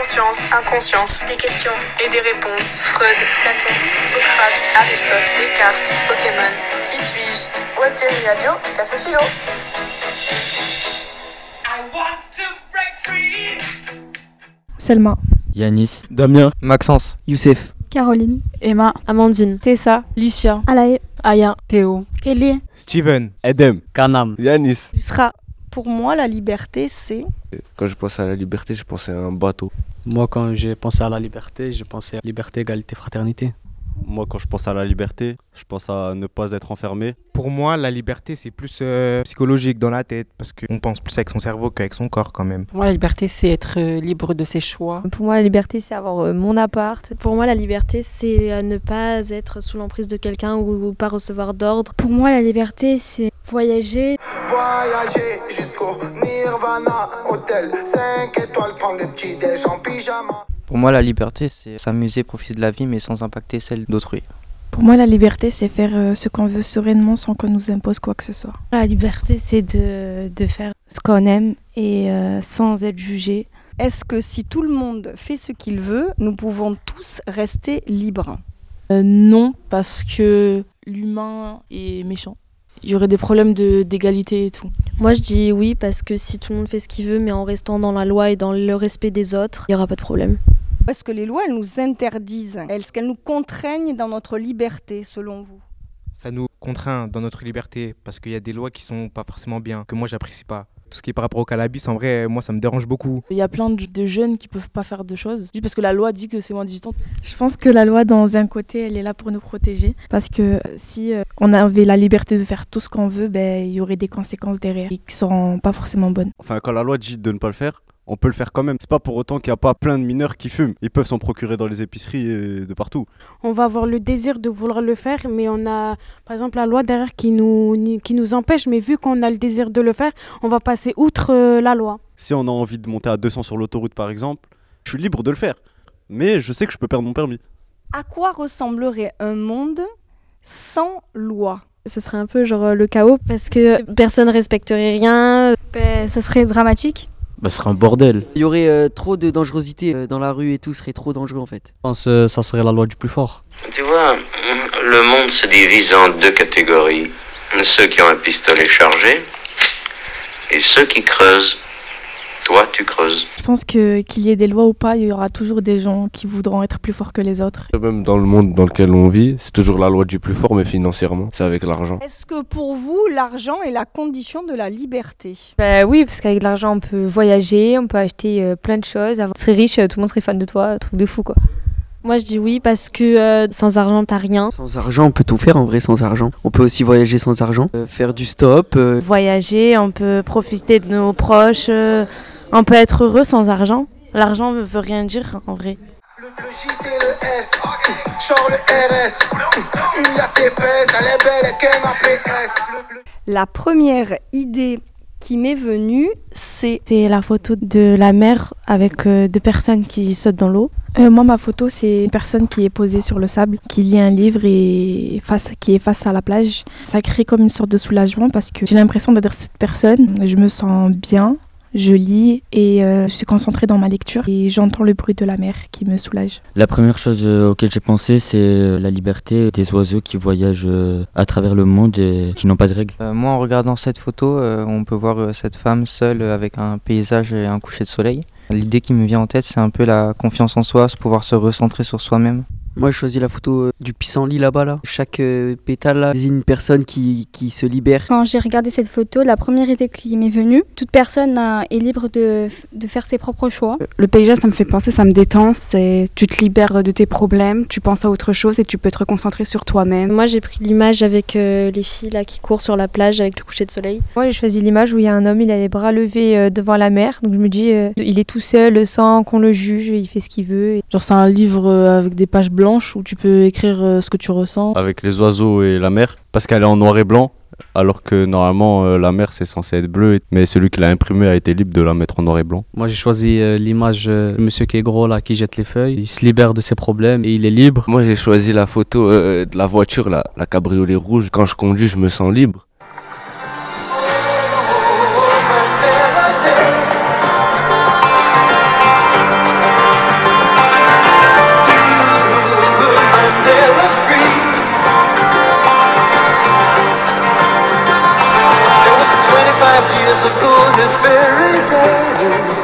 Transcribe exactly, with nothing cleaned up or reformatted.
conscience, inconscience, des questions et des réponses. Freud, Platon, Socrate, Aristote, Descartes, Pokémon. Qui suis-je? Webvérie Radio, Café Philo. Selma, Yanis, Damien, Maxence, Youssef, Caroline, Emma, Amandine, Tessa, Licia, Alaï, Aya, Théo, Kelly, Steven, Edem, Kanam, Yanis. Yusra. Pour moi, la liberté, c'est... Quand je pense à la liberté, je pense à un bateau. Moi, quand j'ai pensé à la liberté, je pensais à liberté, égalité, fraternité. Moi, quand je pense à la liberté, je pense à ne pas être enfermé. Pour moi, la liberté, c'est plus euh, psychologique dans la tête, parce qu'on pense plus avec son cerveau qu'avec son corps quand même. Pour moi, la liberté, c'est être euh, libre de ses choix. Pour moi, la liberté, c'est avoir euh, mon appart. Pour moi, la liberté, c'est euh, ne pas être sous l'emprise de quelqu'un ou, ou pas recevoir d'ordre. Pour moi, la liberté, c'est voyager. Voyager jusqu'au Nirvana, hôtel cinq étoiles, prendre le petit déj en pyjama. Pour moi, la liberté, c'est s'amuser, profiter de la vie, mais sans impacter celle d'autrui. Pour moi, la liberté, c'est faire euh, ce qu'on veut sereinement sans qu'on nous impose quoi que ce soit. La liberté, c'est de, de faire ce qu'on aime et euh, sans être jugé. Est-ce que si tout le monde fait ce qu'il veut, nous pouvons tous rester libres ? euh, Non, parce que l'humain est méchant. Il y aurait des problèmes de, d'égalité et tout. Moi, je dis oui, parce que si tout le monde fait ce qu'il veut, mais en restant dans la loi et dans le respect des autres, il n'y aura pas de problème. Est-ce que les lois, elles nous interdisent ? Est-ce qu'elles nous contraignent dans notre liberté, selon vous ? Ça nous contraint dans notre liberté, parce qu'il y a des lois qui sont pas forcément bien, que moi, j'apprécie pas. Tout ce qui est par rapport au cannabis, en vrai, moi, ça me dérange beaucoup. Il y a plein de jeunes qui peuvent pas faire de choses, juste parce que la loi dit que c'est moins dix-huit ans. Je pense que la loi, dans un côté, elle est là pour nous protéger. Parce que si euh, on avait la liberté de faire tout ce qu'on veut, ben, il y aurait des conséquences derrière qui seront pas forcément bonnes. Enfin, quand la loi dit de ne pas le faire, on peut le faire quand même. C'est pas pour autant qu'il n'y a pas plein de mineurs qui fument. Ils peuvent s'en procurer dans les épiceries et de partout. On va avoir le désir de vouloir le faire, mais on a, par exemple, la loi derrière qui nous, qui nous empêche. Mais vu qu'on a le désir de le faire, on va passer outre euh, la loi. Si on a envie de monter à deux cents sur l'autoroute, par exemple, je suis libre de le faire. Mais je sais que je peux perdre mon permis. À quoi ressemblerait un monde sans loi ? Ce serait un peu genre le chaos, parce que personne ne respecterait rien. Ben, ça serait dramatique. Bah, ce serait un bordel. Il y aurait euh, trop de dangerosité euh, dans la rue et tout, ce serait trop dangereux en fait. Je pense que euh, ça serait la loi du plus fort. Tu vois, le monde se divise en deux catégories. Ceux qui ont un pistolet chargé et ceux qui creusent. Toi, tu creuses. Je pense que qu'il y ait des lois ou pas, il y aura toujours des gens qui voudront être plus forts que les autres. Même dans le monde dans lequel on vit, c'est toujours la loi du plus fort, mais financièrement, c'est avec l'argent. Est-ce que pour vous, l'argent est la condition de la liberté ? Bah oui, parce qu'avec l'argent, on peut voyager, on peut acheter euh, plein de choses. Tu serais riche, tout le monde serait fan de toi, truc de fou quoi. Moi, je dis oui parce que euh, sans argent, t'as rien. Sans argent, on peut tout faire en vrai sans argent. On peut aussi voyager sans argent, euh, faire du stop. Euh... Voyager, on peut profiter de nos proches, euh, on peut être heureux sans argent. L'argent ne veut rien dire en vrai. Le, le J c'est le S, genre le R S. Une glace épaisse, elle est belle et qu'un A P S. Le, le... La première idée qui m'est venue, c'est... C'est la photo de la mer avec euh, deux personnes qui sautent dans l'eau. Euh, moi, ma photo, c'est une personne qui est posée sur le sable, qui lit un livre et face, qui est face à la plage. Ça crée comme une sorte de soulagement parce que j'ai l'impression d'être cette personne. Je me sens bien, je lis et euh, je suis concentrée dans ma lecture et j'entends le bruit de la mer qui me soulage. La première chose euh, auquel j'ai pensé, c'est euh, la liberté des oiseaux qui voyagent euh, à travers le monde et qui n'ont pas de règles. Euh, moi, en regardant cette photo, euh, on peut voir euh, cette femme seule euh, avec un paysage et un coucher de soleil. L'idée qui me vient en tête, c'est un peu la confiance en soi, se pouvoir se recentrer sur soi-même. Moi, j'ai choisi la photo euh, du pissenlit là-bas. Là. Chaque euh, pétale là, désigne une personne qui, qui se libère. Quand j'ai regardé cette photo, la première idée qui m'est venue, toute personne euh, est libre de, de faire ses propres choix. Le paysage, ça me fait penser, ça me détend. C'est, tu te libères de tes problèmes, tu penses à autre chose et tu peux te reconcentrer sur toi-même. Moi, j'ai pris l'image avec euh, les filles là, qui courent sur la plage avec le coucher de soleil. Moi, j'ai choisi l'image où il y a un homme, il a les bras levés euh, devant la mer. Donc je me dis, euh, il est tout seul sans qu'on le juge, il fait ce qu'il veut. Et... Genre c'est un livre euh, avec des pages blanches où tu peux écrire euh, ce que tu ressens. Avec les oiseaux et la mer, parce qu'elle est en noir et blanc, alors que normalement euh, la mer c'est censé être bleu, mais celui qui l'a imprimé a été libre de la mettre en noir et blanc. Moi j'ai choisi euh, l'image euh, de monsieur qui est gros là, qui jette les feuilles, il se libère de ses problèmes et il est libre. Moi j'ai choisi la photo euh, de la voiture, la, la cabriolet rouge. Quand je conduis, je me sens libre. twenty-five years ago this very day.